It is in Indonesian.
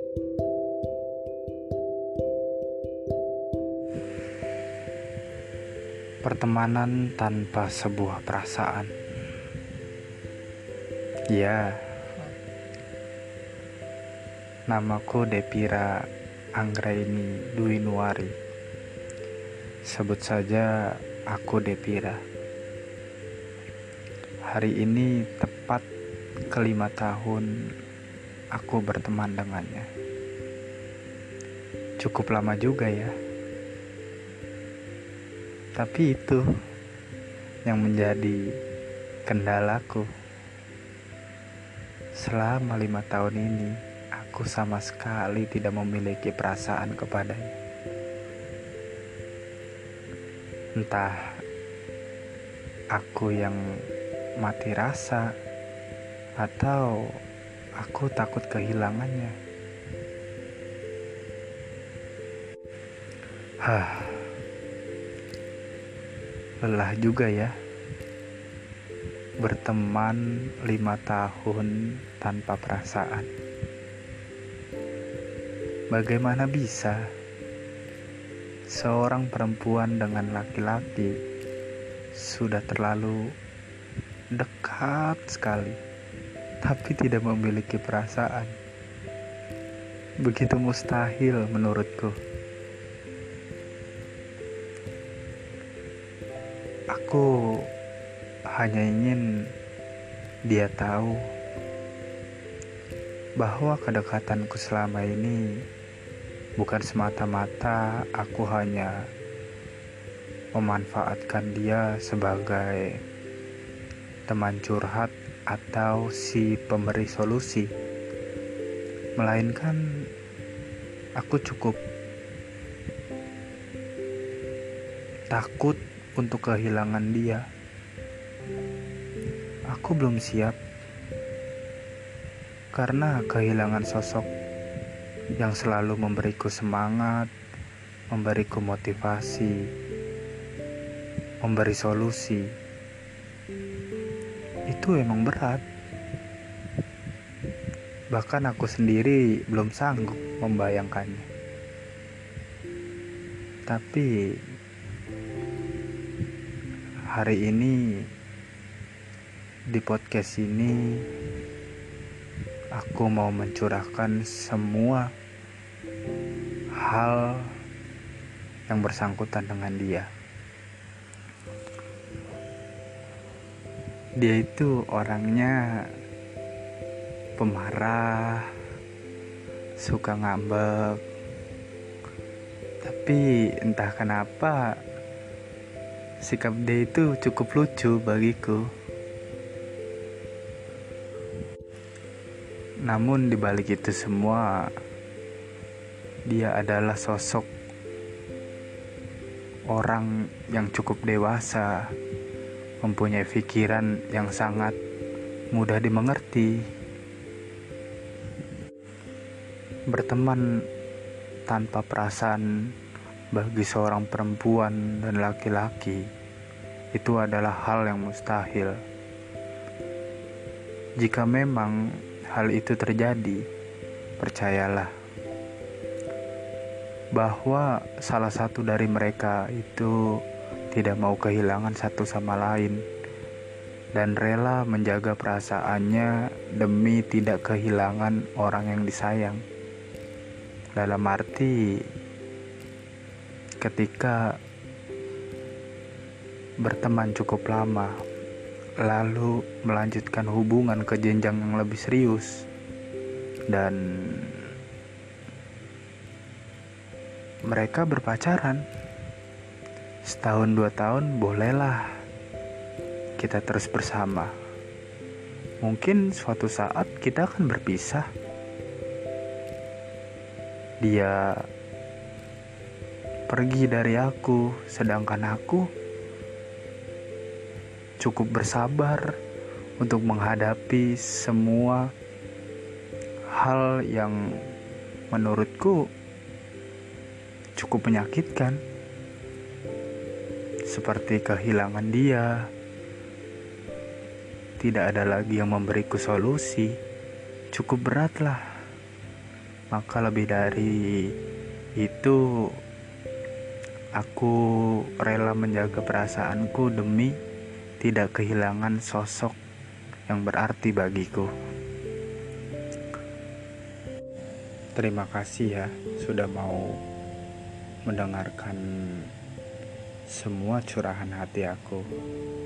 Pertemanan tanpa sebuah perasaan. Ya, namaku Depira Anggraini Dwi Nuari. Sebut saja aku Depira. Hari ini tepat ke-5 tahun aku berteman dengannya. Cukup lama juga ya. Tapi itu yang menjadi kendalaku. Selama 5 tahun ini, aku sama sekali tidak memiliki perasaan kepadanya. Entah aku yang mati rasa atau aku takut kehilangannya. Lelah juga ya berteman 5 tahun tanpa perasaan. Bagaimana bisa seorang perempuan dengan laki-laki sudah terlalu dekat sekali, tapi tidak memiliki perasaan? Begitu mustahil menurutku. Aku hanya ingin dia tahu bahwa kedekatanku selama ini bukan semata-mata aku hanya memanfaatkan dia sebagai teman curhat atau si pemberi solusi, melainkan aku cukup takut untuk kehilangan dia. Aku belum siap karena kehilangan sosok yang selalu memberiku semangat, memberiku motivasi, memberi solusi. Itu emang berat. Bahkan aku sendiri belum sanggup membayangkannya. Tapi hari ini di podcast ini aku mau mencurahkan semua hal yang bersangkutan dengan dia. Dia itu orangnya pemarah, suka ngambek. Tapi entah kenapa sikap dia itu cukup lucu bagiku. Namun dibalik itu semua, dia adalah sosok orang yang cukup dewasa, mempunyai pikiran yang sangat mudah dimengerti. Berteman tanpa perasaan bagi seorang perempuan dan laki-laki itu adalah hal yang mustahil. Jika memang hal itu terjadi, percayalah bahwa salah satu dari mereka itu tidak mau kehilangan satu sama lain dan rela menjaga perasaannya demi tidak kehilangan orang yang disayang. Dalam arti ketika berteman cukup lama lalu melanjutkan hubungan ke jenjang yang lebih serius dan mereka berpacaran setahun 2 tahun, bolehlah kita terus bersama. Mungkin suatu saat kita akan berpisah. Dia pergi dari aku, sedangkan aku cukup bersabar untuk menghadapi semua hal yang menurutku cukup menyakitkan, seperti kehilangan dia. Tidak ada lagi yang memberiku solusi. Cukup beratlah. Maka lebih dari itu, aku rela menjaga perasaanku demi tidak kehilangan sosok yang berarti bagiku. Terima kasih ya sudah mau mendengarkan semua curahan hati aku.